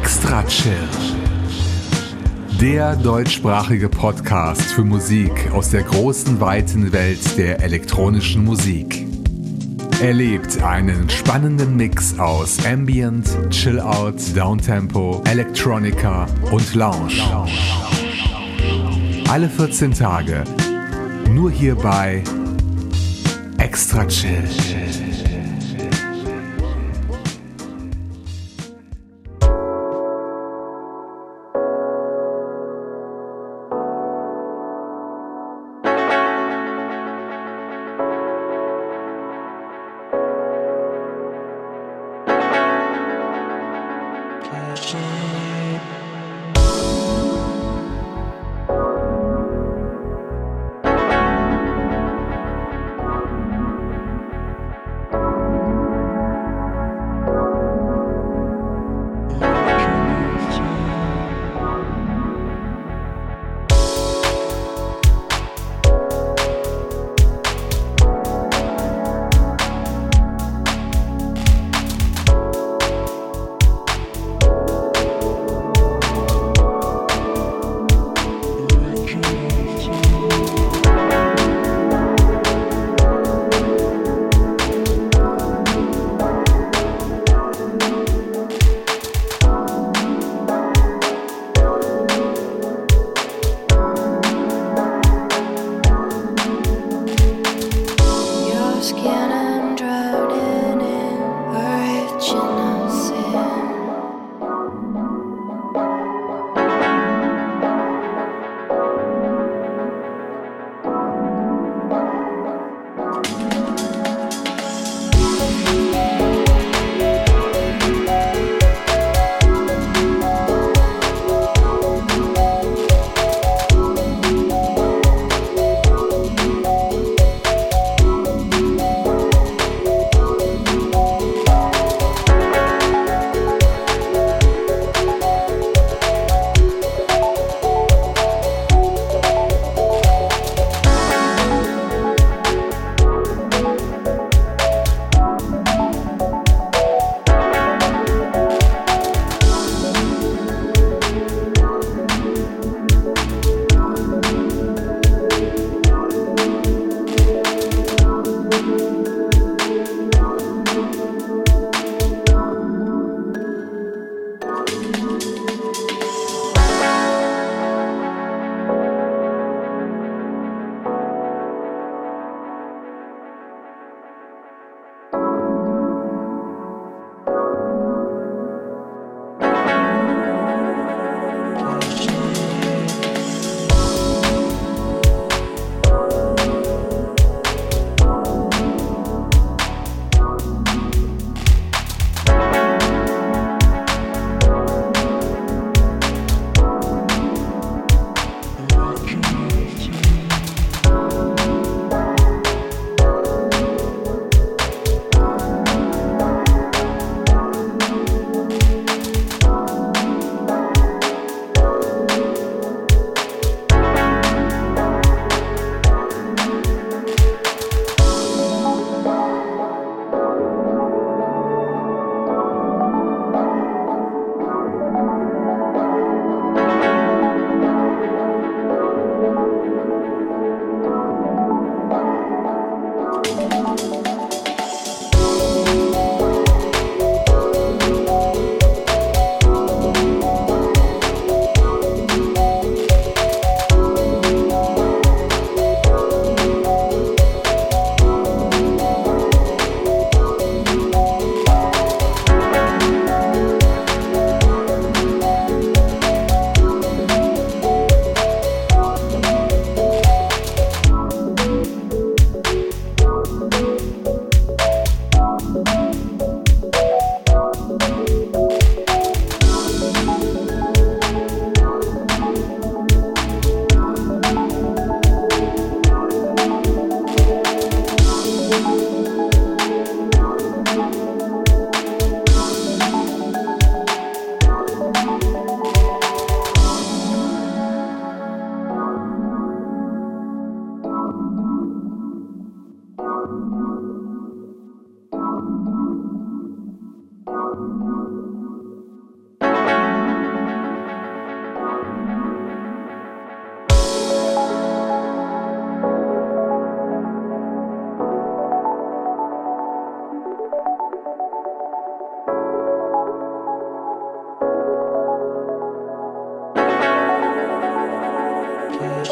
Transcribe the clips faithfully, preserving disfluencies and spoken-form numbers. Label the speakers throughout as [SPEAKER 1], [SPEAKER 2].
[SPEAKER 1] Extra Chill. Der deutschsprachige Podcast für Musik aus der großen, weiten Welt der elektronischen Musik. Erlebt einen spannenden Mix aus Ambient, Chill-Out, Downtempo, Electronica und Lounge. Alle vierzehn Tage, nur hier bei Extra Chill.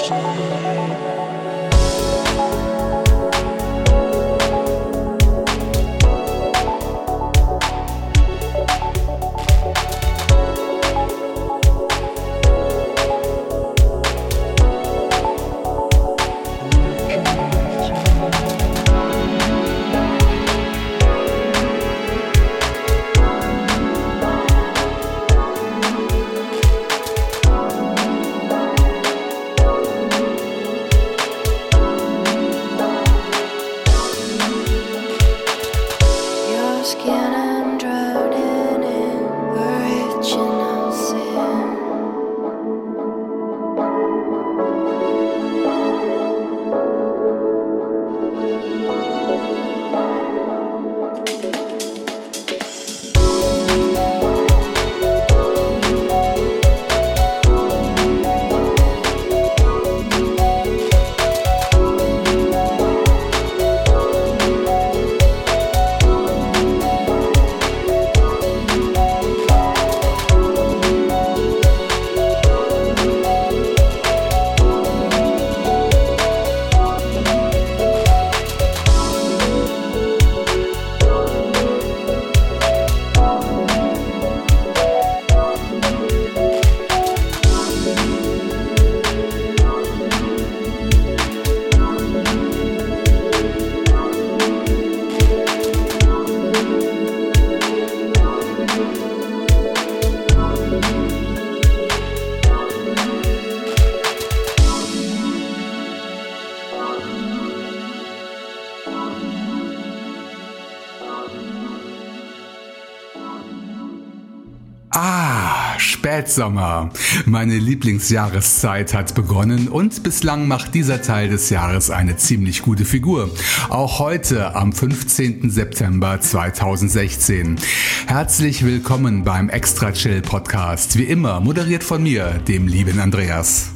[SPEAKER 1] Ah, Spätsommer. Meine Lieblingsjahreszeit hat begonnen und bislang macht dieser Teil des Jahres eine ziemlich gute Figur. Auch heute am fünfzehnten September zweitausendsechzehn. Herzlich willkommen beim Extra Chill Podcast. Wie immer moderiert von mir, dem lieben Andreas.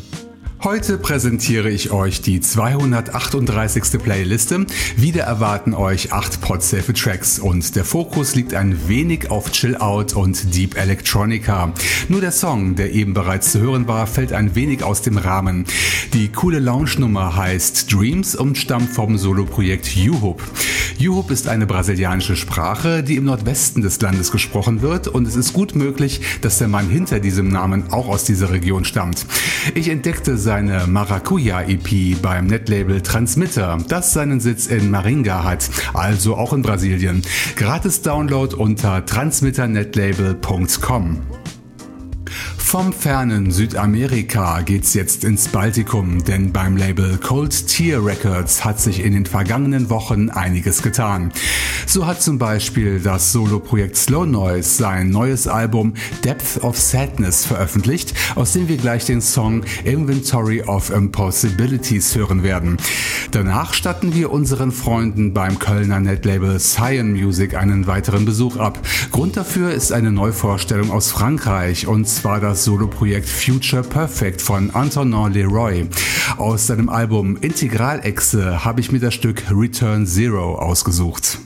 [SPEAKER 1] Heute präsentiere ich euch die zweihundertachtunddreißigste Playliste. Wieder erwarten euch acht podsafe Tracks und der Fokus liegt ein wenig auf Chill-Out und Deep Electronica. Nur der Song, der eben bereits zu hören war, fällt ein wenig aus dem Rahmen. Die coole Lounge-Nummer heißt Dreams und stammt vom Soloprojekt U-Hoop. U-Hoop ist eine brasilianische Sprache, die im Nordwesten des Landes gesprochen wird und es ist gut möglich, dass der Mann hinter diesem Namen auch aus dieser Region stammt. Ich entdeckte seine Maracuja-E P beim Netlabel Transmitter, das seinen Sitz in Maringá hat, also auch in Brasilien. Gratis Download unter transmitter netlabel punkt com. Vom fernen Südamerika geht's jetzt ins Baltikum, denn beim Label Cold Tear Records hat sich in den vergangenen Wochen einiges getan. So hat zum Beispiel das Soloprojekt Slow Noise sein neues Album Depth of Sadness veröffentlicht, aus dem wir gleich den Song Inventory of Impossibilities hören werden. Danach statten wir unseren Freunden beim Kölner Netlabel Cyan Music einen weiteren Besuch ab. Grund dafür ist eine Neuvorstellung aus Frankreich, und zwar das Soloprojekt Future Perfect von Antonin Leroy. Aus seinem Album Integralexe habe ich mir das Stück Return Zero ausgesucht.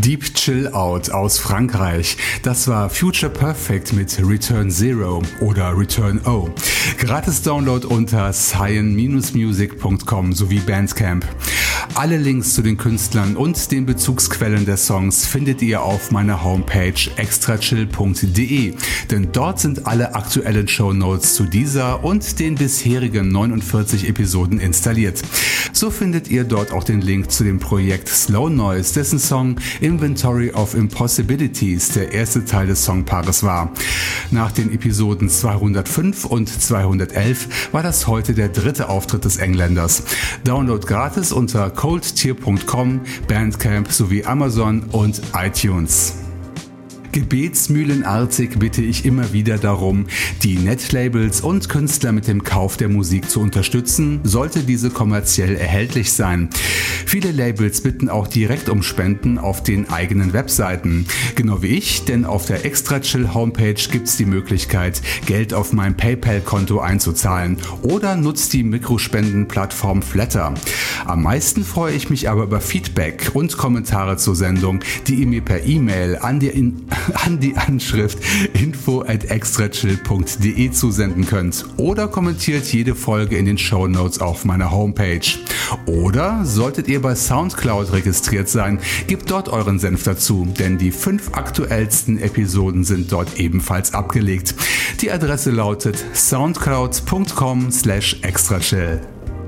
[SPEAKER 1] Deep Chill Out aus Frankreich. Das war Future Perfect mit Return Zero oder Return O. Gratis Download unter cyan Bindestrich music Punkt com sowie Bandcamp. Alle Links zu den Künstlern und den Bezugsquellen der Songs findet ihr auf meiner Homepage extrachill Punkt de, denn dort sind alle aktuellen Shownotes zu dieser und den bisherigen neunundvierzig Episoden installiert. So findet ihr dort auch den Link zu dem Projekt Slow Noise, dessen Song Inventory of Impossibilities der erste Teil des Songpaares war. Nach den Episoden zweihundertfünf und zweihundertelf war das heute der dritte Auftritt des Engländers. Download gratis unter cold tier Punkt com, Bandcamp sowie Amazon und iTunes. Gebetsmühlenartig bitte ich immer wieder darum, die Netlabels und Künstler mit dem Kauf der Musik zu unterstützen, sollte diese kommerziell erhältlich sein. Viele Labels bitten auch direkt um Spenden auf den eigenen Webseiten. Genau wie ich, denn auf der Extrachill Homepage gibt es die Möglichkeit, Geld auf mein PayPal-Konto einzuzahlen oder nutzt die Mikrospendenplattform Flattr. Am meisten freue ich mich aber über Feedback und Kommentare zur Sendung, die ihr mir per E-Mail an die in an die Anschrift info at extrachill Punkt de zusenden könnt oder kommentiert jede Folge in den Shownotes auf meiner Homepage. Oder solltet ihr bei Soundcloud registriert sein, gebt dort euren Senf dazu, denn die fünf aktuellsten Episoden sind dort ebenfalls abgelegt. Die Adresse lautet soundcloud Punkt com slash extrachill.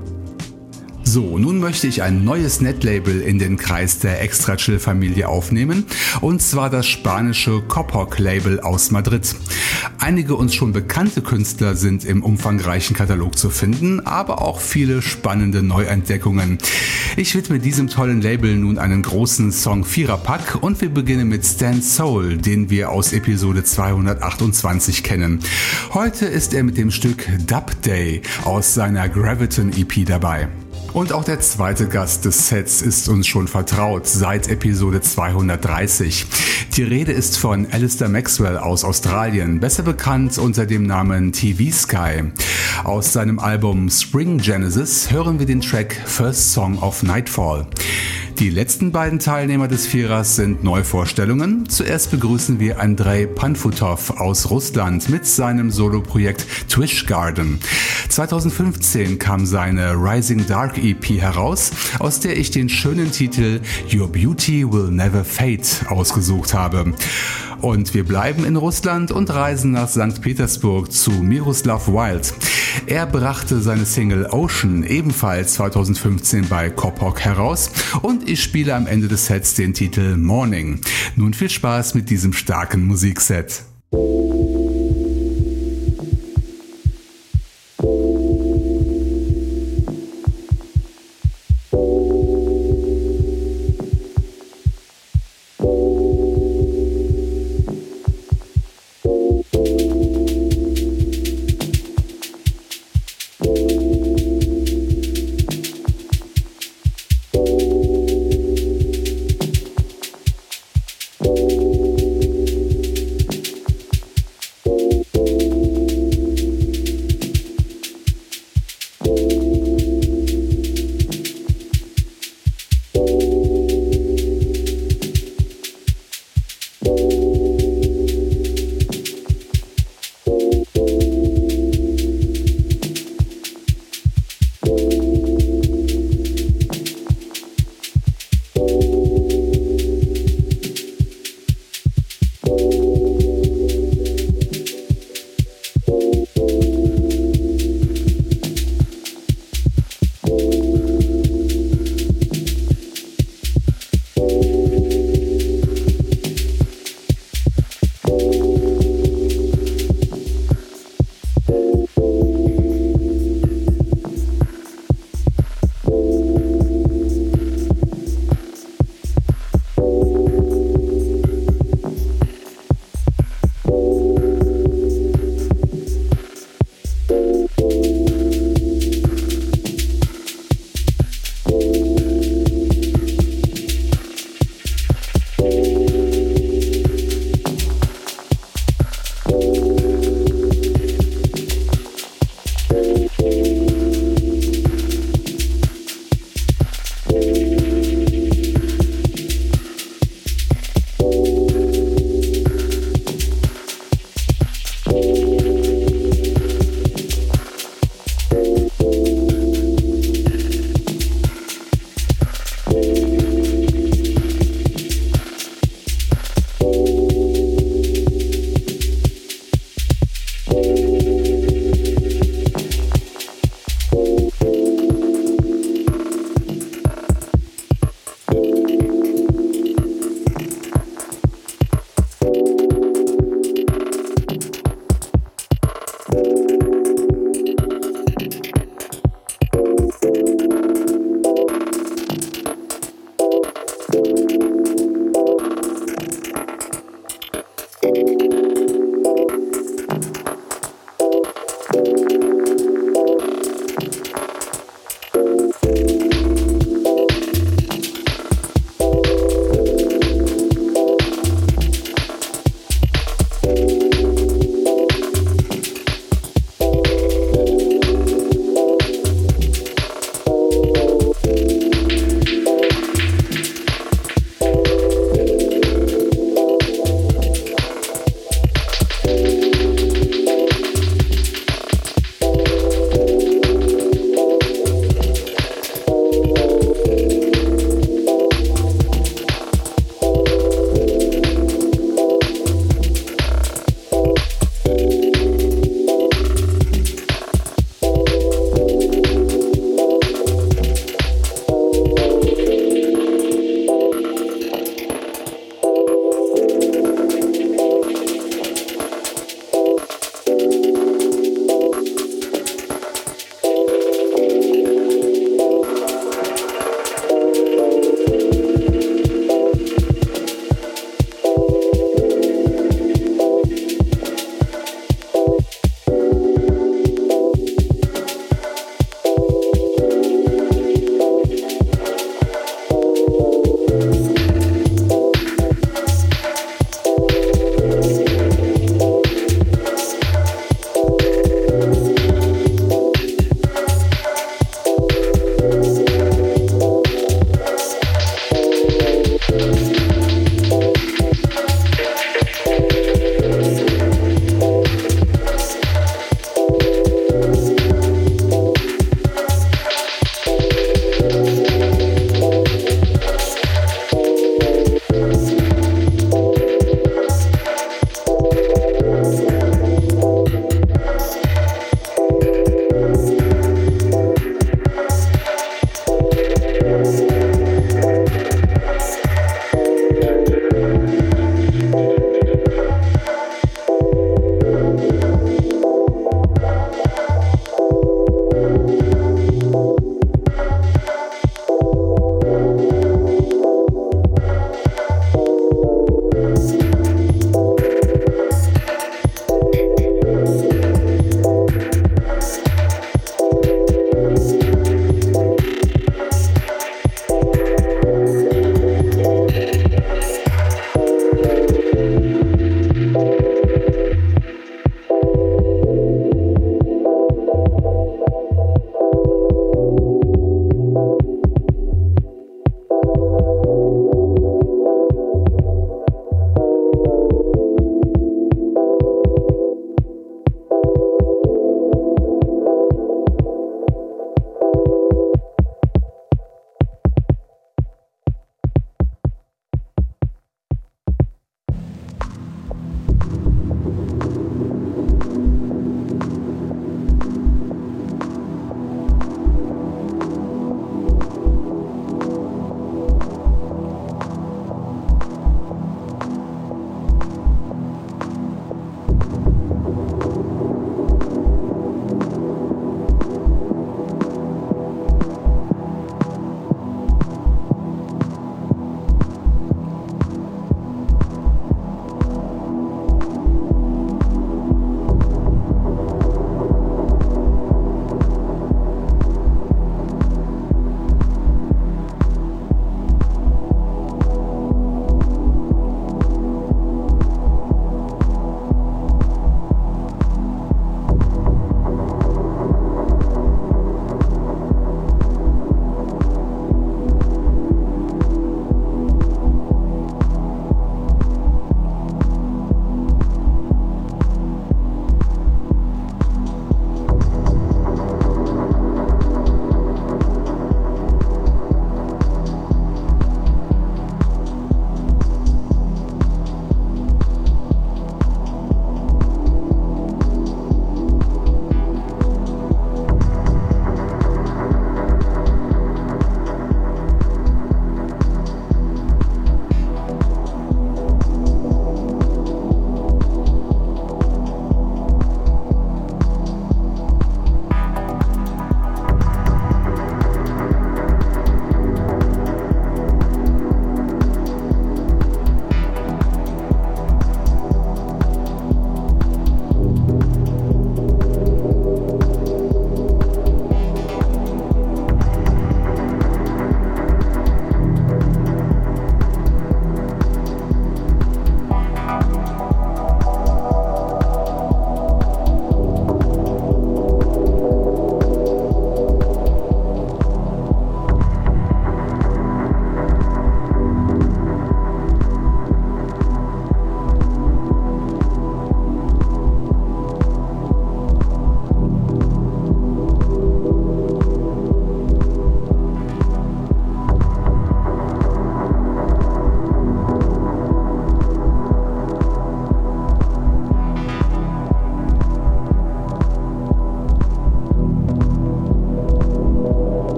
[SPEAKER 1] So, nun möchte ich ein neues Netlabel in den Kreis der Extrachill-Familie aufnehmen, und zwar das spanische Coppoc-Label aus Madrid. Einige uns schon bekannte Künstler sind im umfangreichen Katalog zu finden, aber auch viele spannende Neuentdeckungen. Ich widme diesem tollen Label nun einen großen Song-Viererpack und wir beginnen mit Stand Soul, den wir aus Episode zweihundertachtundzwanzig kennen. Heute ist er mit dem Stück Dub Day aus seiner Graviton E P dabei. Und auch der zweite Gast des Sets ist uns schon vertraut, seit Episode zweihundertdreißig. Die Rede ist von Alistair Maxwell aus Australien, besser bekannt unter dem Namen T V Sky. Aus seinem Album Spring Genesis hören wir den Track First Song of Nightfall. Die letzten beiden Teilnehmer des Vierers sind Neuvorstellungen. Zuerst begrüßen wir Andrei Panfutov aus Russland mit seinem Soloprojekt Twish Garden. zweitausendfünfzehn kam seine Rising Dark E P heraus, aus der ich den schönen Titel Your Beauty Will Never Fade ausgesucht habe. Und wir bleiben in Russland und reisen nach Sankt Petersburg zu Miroslav Wild. Er brachte seine Single Ocean ebenfalls zweitausendfünfzehn bei Coppoc heraus und ich spiele am Ende des Sets den Titel Morning. Nun viel Spaß mit diesem starken Musikset.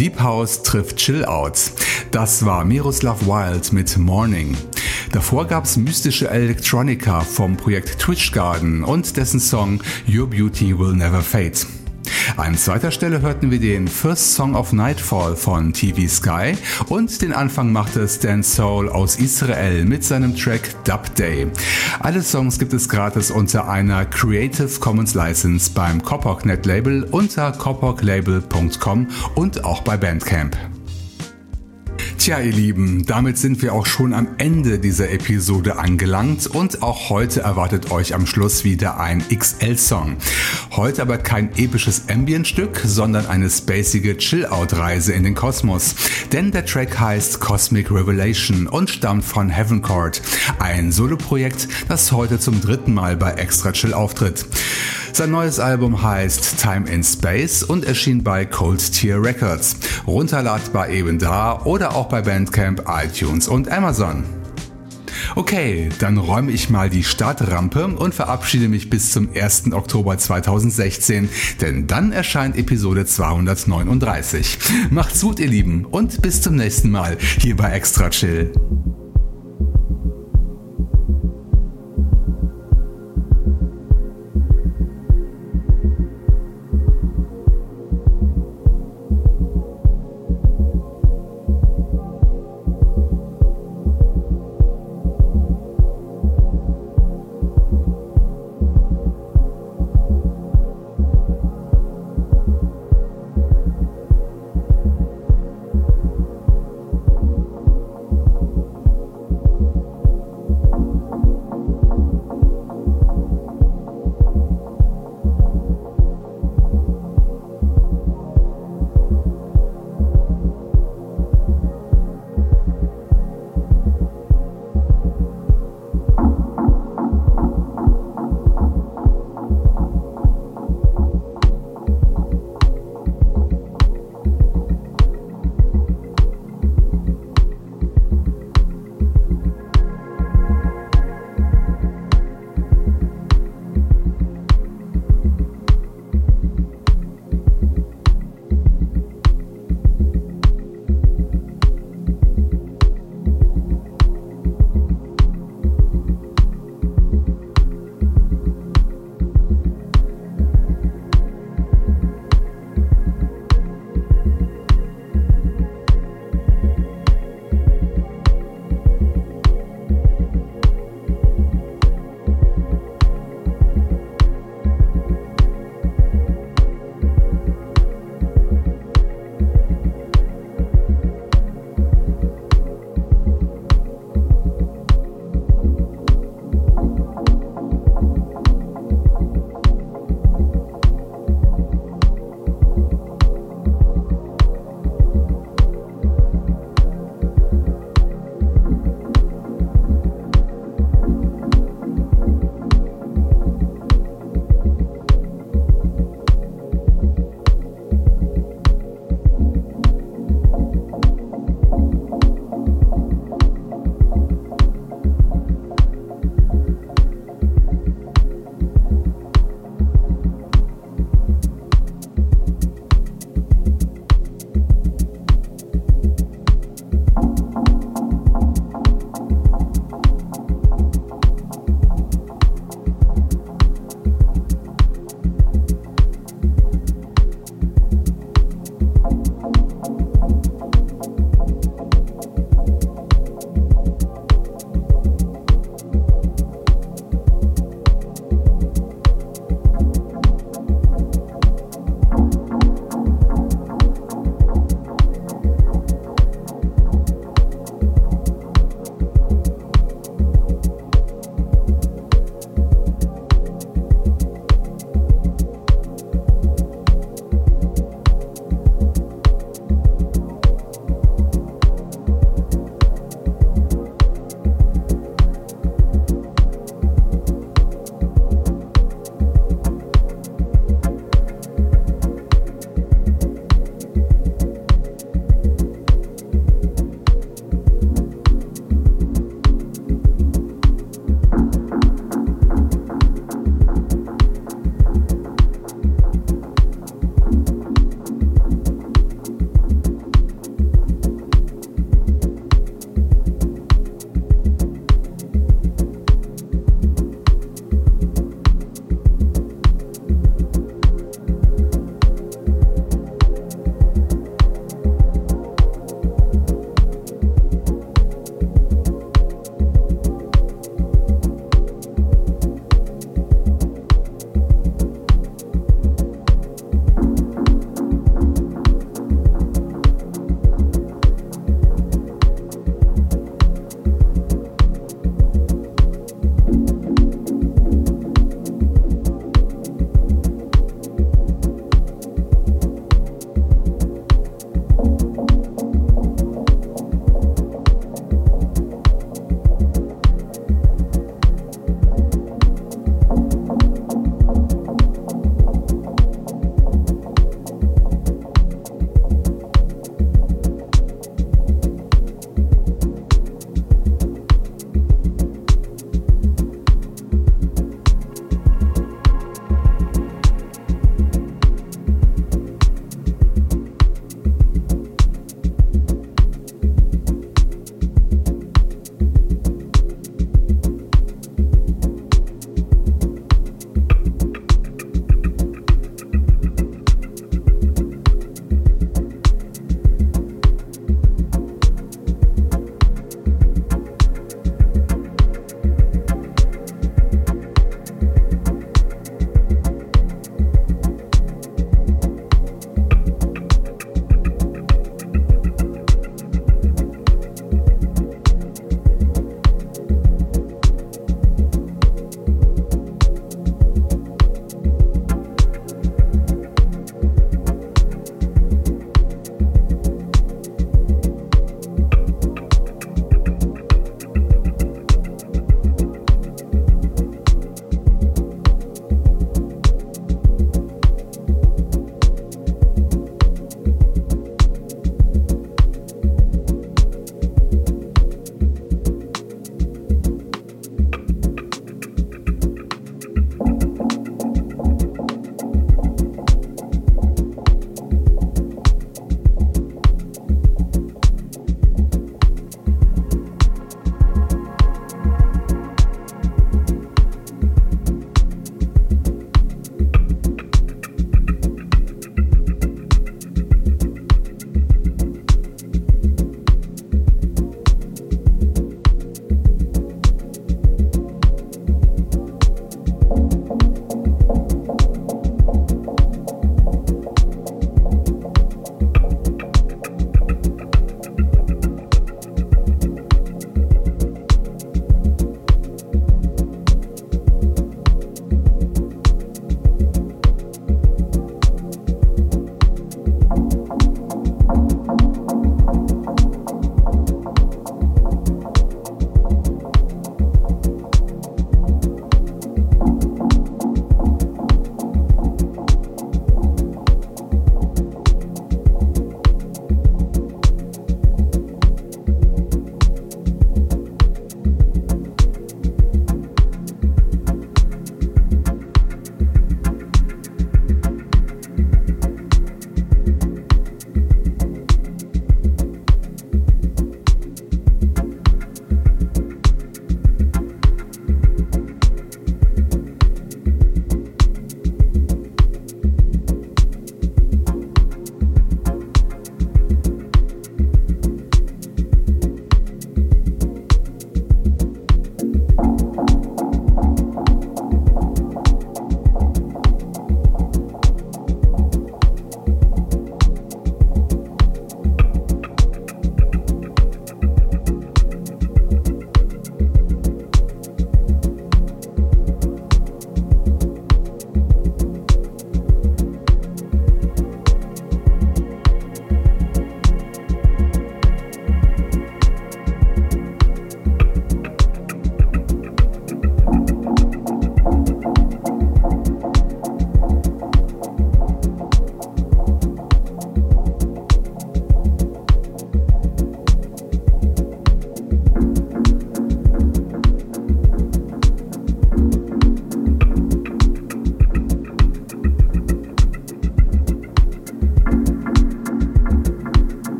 [SPEAKER 1] Deep House trifft Chill Out. Das war Miroslav Wild mit Morning. Davor gab's mystische Electronica vom Projekt Twitch Garden und dessen Song Your Beauty Will Never Fade. An zweiter Stelle hörten wir den First Song of Nightfall von T V Sky und den Anfang machte Stan Soul aus Israel mit seinem Track Dub Day. Alle Songs gibt es gratis unter einer Creative Commons License beim Kopoknet Label unter kopoklabel punkt com und auch bei Bandcamp. Tja, ihr Lieben, damit sind wir auch schon am Ende dieser Episode angelangt und auch heute erwartet euch am Schluss wieder ein X L-Song. Heute aber kein episches Ambient-Stück, sondern eine spacige Chill-Out-Reise in den Kosmos. Denn der Track heißt Cosmic Revelation und stammt von Heaven Chord, ein Soloprojekt, das heute zum dritten Mal bei Extra Chill auftritt. Sein neues Album heißt Time in Space und erschien bei Cold Tear Records. Runterladbar eben da oder auch bei Bandcamp, iTunes und Amazon. Okay, dann räume ich mal die Startrampe und verabschiede mich bis zum ersten Oktober zweitausendsechzehn, denn dann erscheint Episode zweihundertneununddreißig. Macht's gut, ihr Lieben, und bis zum nächsten Mal hier bei Extra Chill.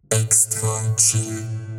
[SPEAKER 2] Extra chill.